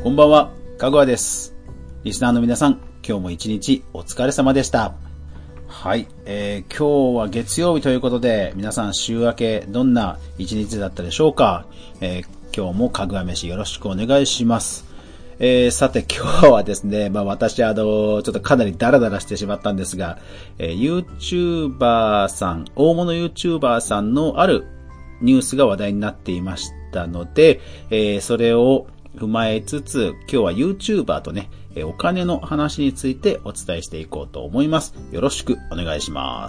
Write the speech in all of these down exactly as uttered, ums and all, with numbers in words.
こんばんは、かぐわです。リスナーの皆さん、今日も一日お疲れ様でした。はい、えー、今日は月曜日ということで、皆さん週明けどんな一日だったでしょうか。えー、今日もかぐわ飯よろしくお願いします。えー、さて今日はですね、まあ私あの、ちょっとかなりダラダラしてしまったんですが、えー、YouTuber さん、大物 YouTuber さんのあるニュースが話題になっていましたので、えー、それを踏まえつつ、今日は YouTuber とね、お金の話についてお伝えしていこうと思います。よろしくお願いします。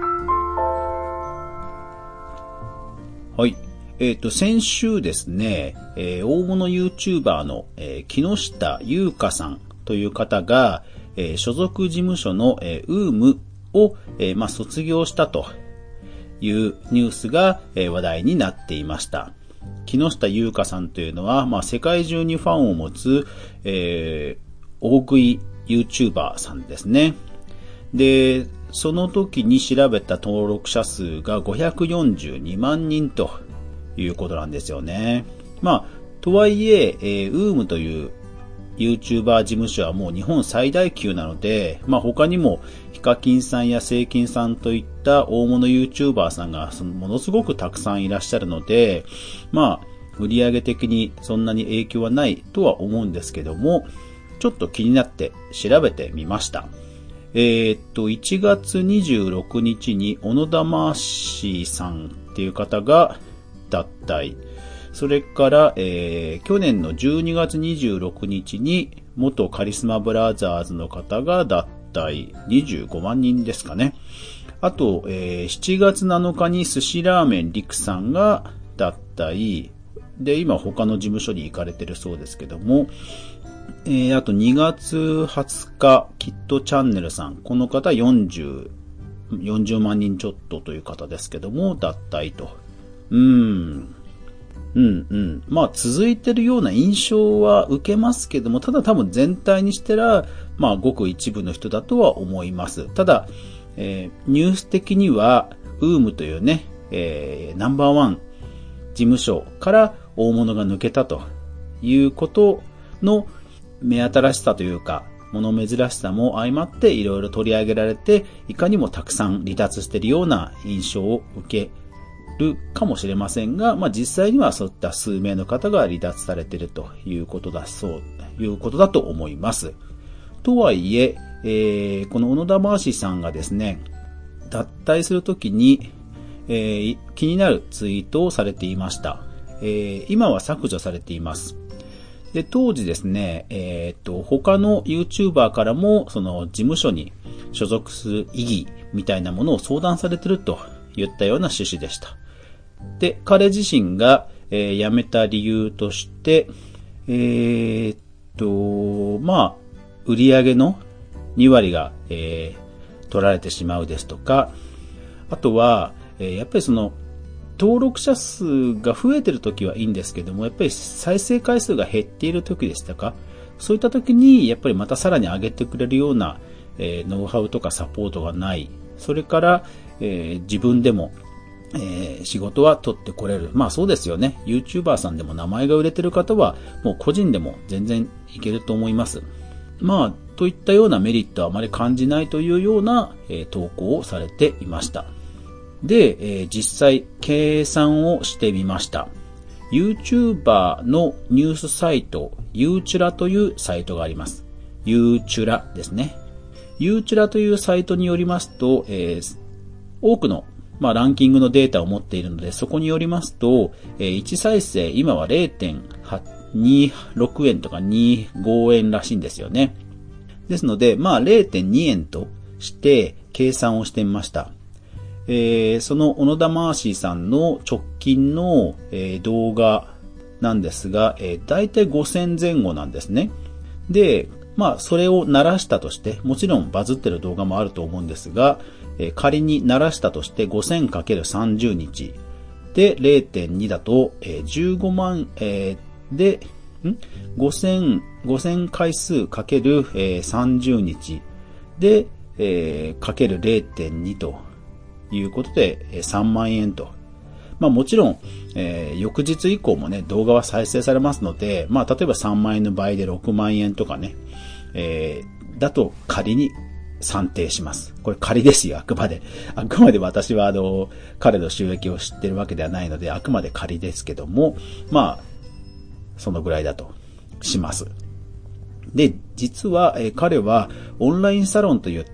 はい。えっと、先週ですね、えー、大物 YouTuber の、えー、木下優香さんという方が、えー、所属事務所の、えー、ウームを、えーまあ、卒業したというニュースが、えー、話題になっていました。木下優香さんというのは、まあ、世界中にファンを持つ、えー、大食い YouTuber さんですね。で、その時に調べた登録者数がごひゃくよんじゅうにまんにんということなんですよね。まあ、とはいえ、えー、ウームという YouTuber 事務所はもう日本最大級なので、まあ他にもヒカキンさんやセイキンさんといった大物 YouTuber さんがものすごくたくさんいらっしゃるので、まあ売上的にそんなに影響はないとは思うんですけども、ちょっと気になって調べてみました。えー、っと、いちがつにじゅうろくにちに小野田マーシーさんっていう方が脱退。それから、えー、去年のじゅうにがつにじゅうろくにちに元カリスマブラザーズの方が脱退。にじゅうごまんにんですかね。あと、えー、しちがつなのかに寿司ラーメンリクさんが脱退。で、今他の事務所に行かれてるそうですけども、えー、あとにがつはつか、キットチャンネルさん。この方よんじゅう、よんじゅうまんにんちょっとという方ですけども、脱退と。うーん。うんうん。まあ続いてるような印象は受けますけども、ただ多分全体にしてら、まあごく一部の人だとは思います。ただ、えー、ニュース的には、ウームというね、えー、ナンバーワン事務所から大物が抜けたということの目新しさというか、物珍しさも相まっていろいろ取り上げられて、いかにもたくさん離脱しているような印象を受けるかもしれませんが、まあ実際にはそういった数名の方が離脱されているということだそういうことだと思います。とはいえ、えー、この小野田マーシーさんがですね、脱退するときに、えー、気になるツイートをされていました。えー、今は削除されています。で、当時ですね、えっと、他の YouTuber からも、その事務所に所属する意義みたいなものを相談されているといったような趣旨でした。で、彼自身が、えー、辞めた理由として、えー、っと、まあ、売上のにわりが、えー、取られてしまうですとか、あとは、えー、やっぱりその、登録者数が増えてるときはいいんですけども、やっぱり再生回数が減っているときでしたか、そういったときに、やっぱりまたさらに上げてくれるような、えー、ノウハウとかサポートがない。それから、えー、自分でも、えー、仕事は取ってこれる。まあそうですよね。YouTuber さんでも名前が売れてる方は、もう個人でも全然いけると思います。まあ、といったようなメリットはあまり感じないというような、えー、投稿をされていました。で、えー、実際計算をしてみました。YouTuber のニュースサイト、ユーチュラというサイトがあります。ユーチュラですね。ユーチュラというサイトによりますと、えー、多くのまあ、ランキングのデータを持っているので、そこによりますと、えー、いち再生、今は れいてんにろくえんとかにじゅうごえんらしいんですよね。ですので、まあ、れいてんにえんとして計算をしてみました。えー、その小野田マーシーさんの直近の、えー、動画なんですが、えー、だいたいごせんぜん後なんですね。で、まあ、それを鳴らしたとして、もちろんバズってる動画もあると思うんですが、えー、仮に鳴らしたとして ごせんかけるさんじゅう 日で れいてんに だと、えー、じゅうごまん、えー、で、ん ?ごせん、ごせん回数かける、えー、さんじゅうにちで、えー、かける れいてんに ということで、えー、さんまんえんと。 まあもちろん、えー、翌日以降もね、動画は再生されますので、まあ例えばさんまんえんの倍でろくまんえんとかね、えー、だと仮に算定します。これ仮ですよ、あくまで。あくまで私はあの、彼の収益を知ってるわけではないので、あくまで仮ですけども、まあ、そのぐらいだとします。で、実は、えー、彼はオンラインサロンといって、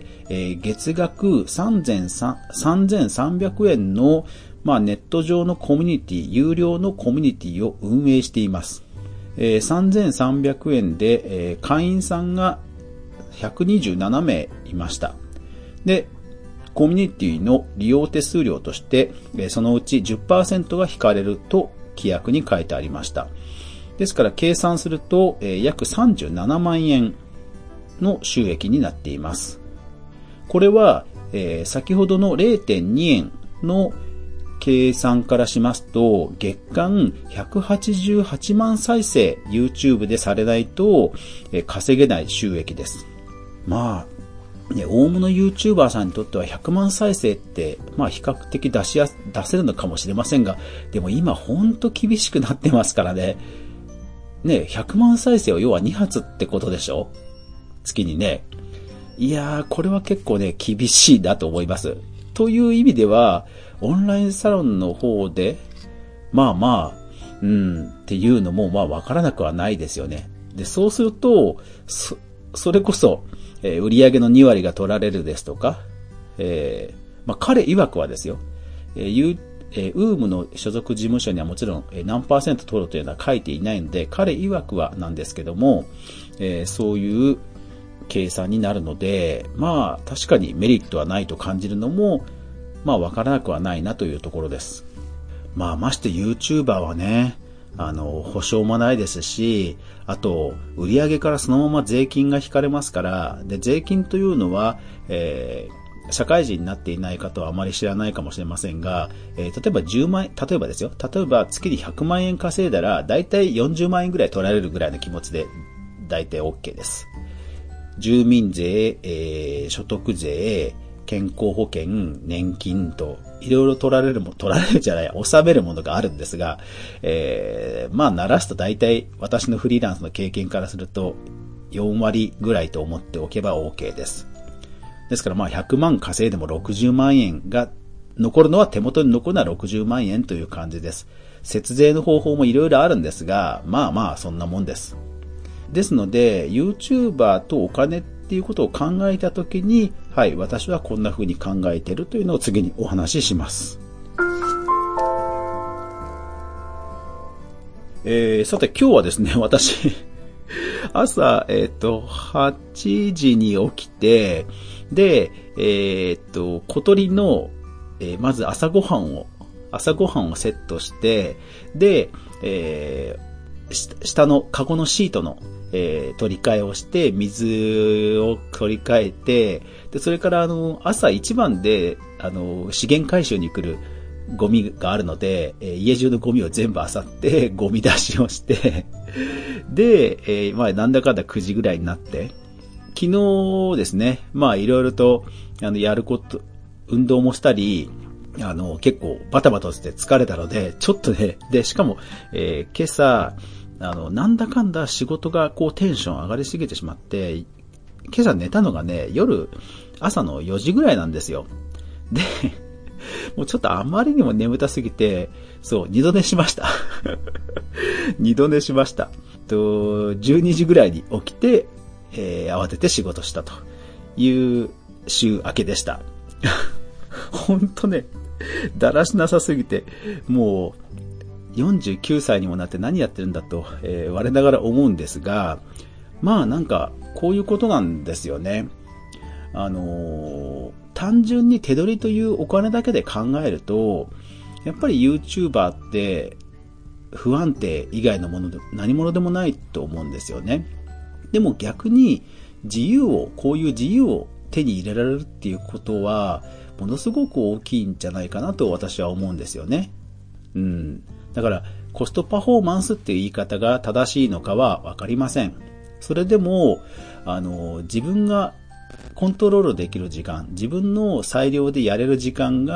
えー、月額さんぜんさんびゃくえんの、まあ、ネット上のコミュニティ、有料のコミュニティを運営しています。えー、さんぜんさんびゃくえんで、えー、会員さんがひゃくにじゅうななめいいました。で、コミュニティの利用手数料として、えー、そのうち じゅっパーセント が引かれると規約に書いてありました。ですから計算すると、えー、約さんじゅうななまんえんの収益になっています。これは、えー、先ほどの れいてんにえんの計算からしますと、月間ひゃくはちじゅうはちまん再生 YouTube でされないと、えー、稼げない収益です。まあ、ね、大物 YouTuber さんにとってはひゃくまん再生って、まあ比較的出しやす、出せるのかもしれませんが、でも今ほんと厳しくなってますからね。ね、ひゃくまん再生は要はに発ってことでしょ？月にね。いやー、これは結構ね、厳しいなと思います。という意味では、オンラインサロンの方で、まあまあ、うん、っていうのも、まあわからなくはないですよね。で、そうすると、そ、それこそ、えー、売上のに割が取られるですとか、えー、まあ彼曰くはですよ、えーえー、ウームの所属事務所にはもちろん、えー、何パーセント取るというのは書いていないので、彼曰くはなんですけども、えー、そういう計算になるので、まあ確かにメリットはないと感じるのも、まあわからなくはないなというところです。まあまして YouTuber はね、あの、保証もないですし、あと、売上からそのまま税金が引かれますから、で、税金というのは、えー社会人になっていない方はあまり知らないかもしれませんが、えー、例えばじゅうまんえん、例えばですよ、例えば月にひゃくまんえん稼いだら、だいたいよんじゅうまんえんぐらい取られるぐらいの気持ちで、だいたい OK です。住民税、えー、所得税、健康保険、年金と、いろいろ取られるも、取られるじゃない、納めるものがあるんですが、えー、まあ、鳴らすとだいたい私のフリーランスの経験からすると、よん割ぐらいと思っておけば OK です。ですからまあひゃくまん稼いでもろくじゅうまんえんが残るのは手元に残るのはろくじゅうまんえんという感じです。節税の方法もいろいろあるんですが、まあまあそんなもんです。ですので YouTuber とお金っていうことを考えたときに、はい、私はこんな風に考えているというのを次にお話しします。えー、さて今日はですね、私朝、えっと、はちじに起きて、で、えー、っと、小鳥の、えー、まず朝ごはんを、朝ごはんをセットして、で、えー、下のカゴのシートの、えー、取り替えをして、水を取り替えて、で、それからあの、朝一番で、あの、資源回収に来るゴミがあるので、えー、家中のゴミを全部漁って、ゴミ出しをして、で、えー、まあ、なんだかんだくじぐらいになって、昨日ですね、まあいろいろと、あの、やること、運動もしたり、あの、結構バタバタして疲れたので、ちょっとね、で、しかも、えー、今朝、あの、なんだかんだ仕事がこうテンション上がりすぎてしまって、今朝寝たのがね、夜、朝のよじぐらいなんですよ。で、もうちょっとあまりにも眠たすぎて、そう、二度寝しました。二度寝しました。と、じゅうにじぐらいに起きて、えー、慌てて仕事したという週明けでした。ほんとね、だらしなさすぎて、もうよんじゅうきゅうさいにもなって何やってるんだと、えー、我ながら思うんですが、まあなんかこういうことなんですよね。あのー、単純に手取りというお金だけで考えると、やっぱり YouTuber って不安定以外のもので何者でもないと思うんですよね。でも逆に自由を、こういう自由を手に入れられるっていうことは、ものすごく大きいんじゃないかなと私は思うんですよね。うん。だから、コストパフォーマンスっていう言い方が正しいのかはわかりません。それでも、あの、自分がコントロールできる時間、自分の裁量でやれる時間が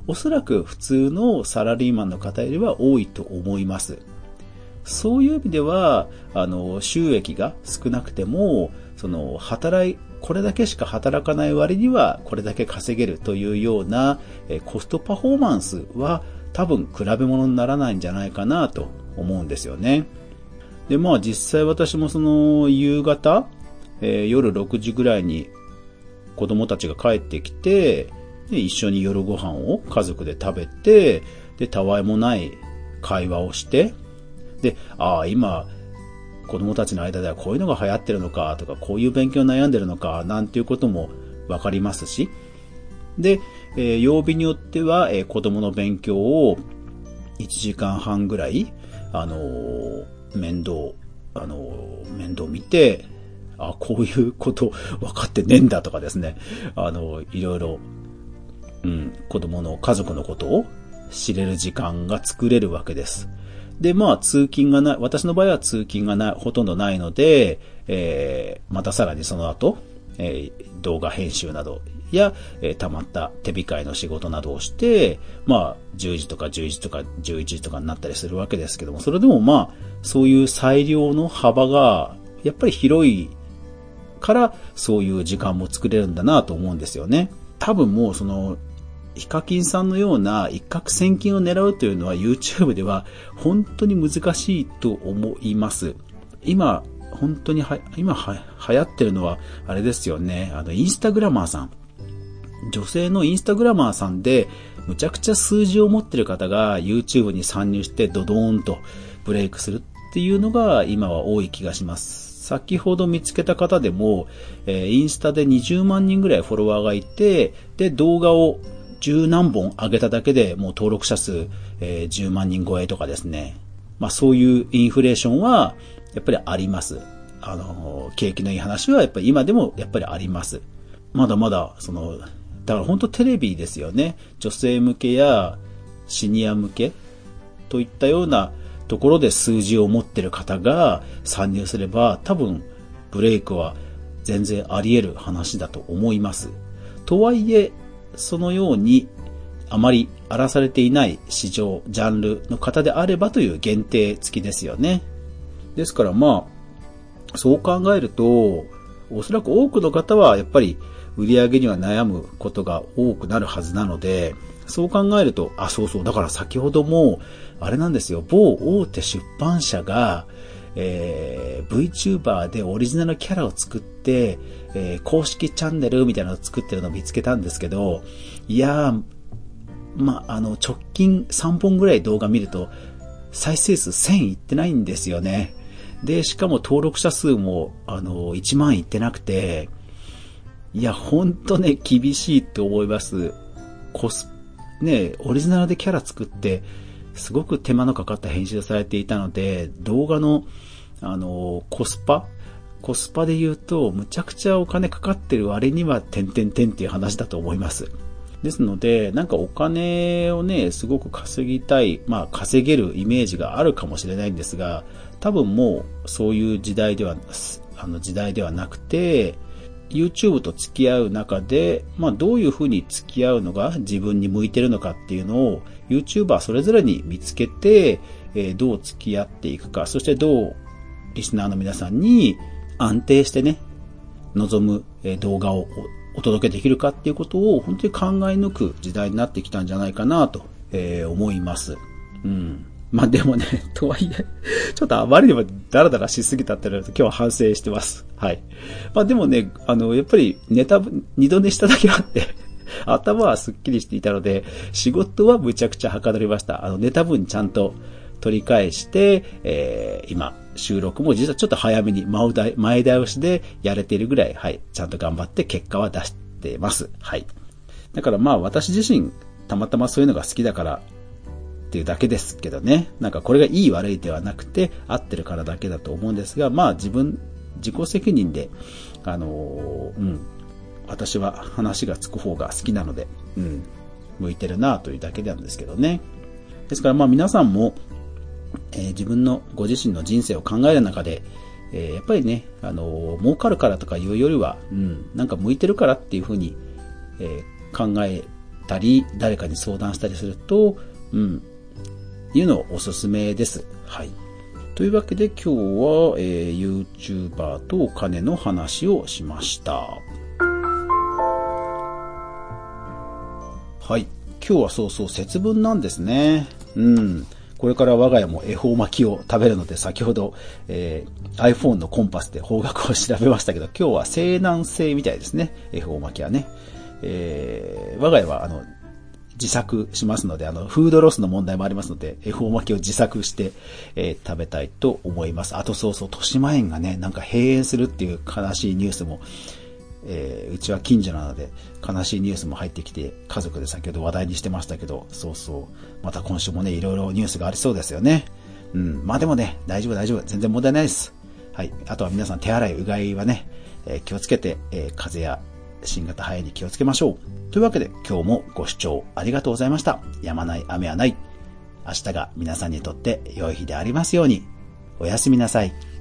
おそらく普通のサラリーマンの方よりは多いと思います。そういう意味では、あの、収益が少なくても、その、働い、これだけしか働かない割には、これだけ稼げるというような、えコストパフォーマンスは、多分比べ物にならないんじゃないかなと思うんですよね。で、まあ実際私もその、夕方、えー、夜ろくじぐらいに子供たちが帰ってきて、で、一緒に夜ご飯を家族で食べて、で、たわいもない会話をして、で、ああ、今、子供たちの間ではこういうのが流行ってるのかとか、こういう勉強に悩んでるのかなんていうこともわかりますし、で、えー、曜日によっては、えー、子供の勉強をいちじかんはんぐらい、あのー、面倒、あのー、面倒見て、あ、こういうこと分かってねえんだとかですね、あのー、いろいろ、うん、子供の家族のことを知れる時間が作れるわけです。で、まあ、通勤がない、私の場合は通勤がない、ほとんどないので、えー、またさらにその後、えー、動画編集などや、えー、溜まった手控えの仕事などをして、まあ、じゅうじとかじゅうじとかじゅういちじとかになったりするわけですけども、それでもまあ、そういう裁量の幅が、やっぱり広いから、そういう時間も作れるんだなと思うんですよね。多分もうその、ヒカキンさんのような一攫千金を狙うというのは YouTube では本当に難しいと思います。今、本当には、今は流行ってるのはあれですよね。あの、インスタグラマーさん。女性のインスタグラマーさんでむちゃくちゃ数字を持ってる方が YouTube に参入してドドーンとブレイクするっていうのが今は多い気がします。先ほど見つけた方でも、えー、インスタでにじゅうまんにんぐらいフォロワーがいて、で、動画を十何本上げただけでもう登録者数、えー、じゅうまんにん超えとかですね。まあそういうインフレーションはやっぱりあります。あの、景気のいい話はやっぱり今でもやっぱりあります。まだまだ、その、だから本当テレビですよね。女性向けやシニア向けといったようなところで数字を持ってる方が参入すれば多分ブレイクは全然あり得る話だと思います。とはいえ、そのようにあまり荒らされていない市場、ジャンルの方であればという限定付きですよね。ですからまあ、そう考えると、おそらく多くの方はやっぱり売り上げには悩むことが多くなるはずなので、そう考えると、あ、そうそう、だから先ほども、あれなんですよ、某大手出版社が、えー、VTuber でオリジナルキャラを作って、えー、公式チャンネルみたいなのを作ってるのを見つけたんですけど、いやー、まあ、あの、直近さんぼんぐらい動画見ると、再生数せんいってないんですよね。で、しかも登録者数も、あの、いちまんいってなくて、いや、ほんとね、厳しいって思います。コス、ね、オリジナルでキャラ作って、すごく手間のかかった編集されていたので、動画の、あの、コスパコスパで言うと、むちゃくちゃお金かかってる割には、てんてんてんっていう話だと思います。ですので、なんかお金をね、すごく稼ぎたい、まあ稼げるイメージがあるかもしれないんですが、多分もうそういう時代では、あの時代ではなくて、YouTube と付き合う中で、まあどういうふうに付き合うのが自分に向いてるのかっていうのを YouTuber それぞれに見つけて、えー、どう付き合っていくか、そしてどうリスナーの皆さんに安定してね、望む動画をお届けできるかっていうことを本当に考え抜く時代になってきたんじゃないかなと、えー、思います。うん。まあでもね、とはいえ、ちょっとあまりにもダラダラしすぎたってなると今日は反省してます。はい。まあでもね、あの、やっぱりネタ、二度寝しただけあって、頭はすっきりしていたので、仕事はむちゃくちゃはかどりました。あの、ネタ分ちゃんと取り返して、えー、今、収録も実はちょっと早めに前倒しでやれているぐらい、はい、ちゃんと頑張って結果は出してます。はい。だからまあ私自身、たまたまそういうのが好きだから、っていうだけですけどね。なんかこれがいい悪いではなくて合ってるからだけだと思うんですが、まあ自分、自己責任で、あのー、うん。私は話がつく方が好きなので、うん。向いてるなというだけなんですけどね。ですからまあ皆さんも、えー、自分のご自身の人生を考える中で、えー、やっぱりね、あのー、儲かるからとかいうよりは、うん。なんか向いてるからっていうふうに、えー、考えたり、誰かに相談したりすると、うん、いうのをおすすめです。はい。というわけで今日は、えー、YouTuber とお金の話をしました。はい。今日はそうそう節分なんですね。うん。これから我が家も恵方巻きを食べるので、先ほど、えー、iPhone のコンパスで方角を調べましたけど、今日は西南西みたいですね。恵方巻きはね。えー、我が家はあの自作しますので、あのフードロスの問題もありますので、恵方巻きを自作して、えー、食べたいと思います。あとそうそう、豊島園がね、なんか閉園するっていう悲しいニュースも、えー、うちは近所なので悲しいニュースも入ってきて、家族で先ほど話題にしてましたけど、そうそう、また今週もね、いろいろニュースがありそうですよね。うん、まあでもね、大丈夫大丈夫、全然問題ないです。はい。あとは皆さん手洗い、うがいはね、えー、気をつけて、えー、風邪や新型肺炎に気をつけましょう。というわけで今日もご視聴ありがとうございました。止まない雨はない。明日が皆さんにとって良い日でありますように。おやすみなさい。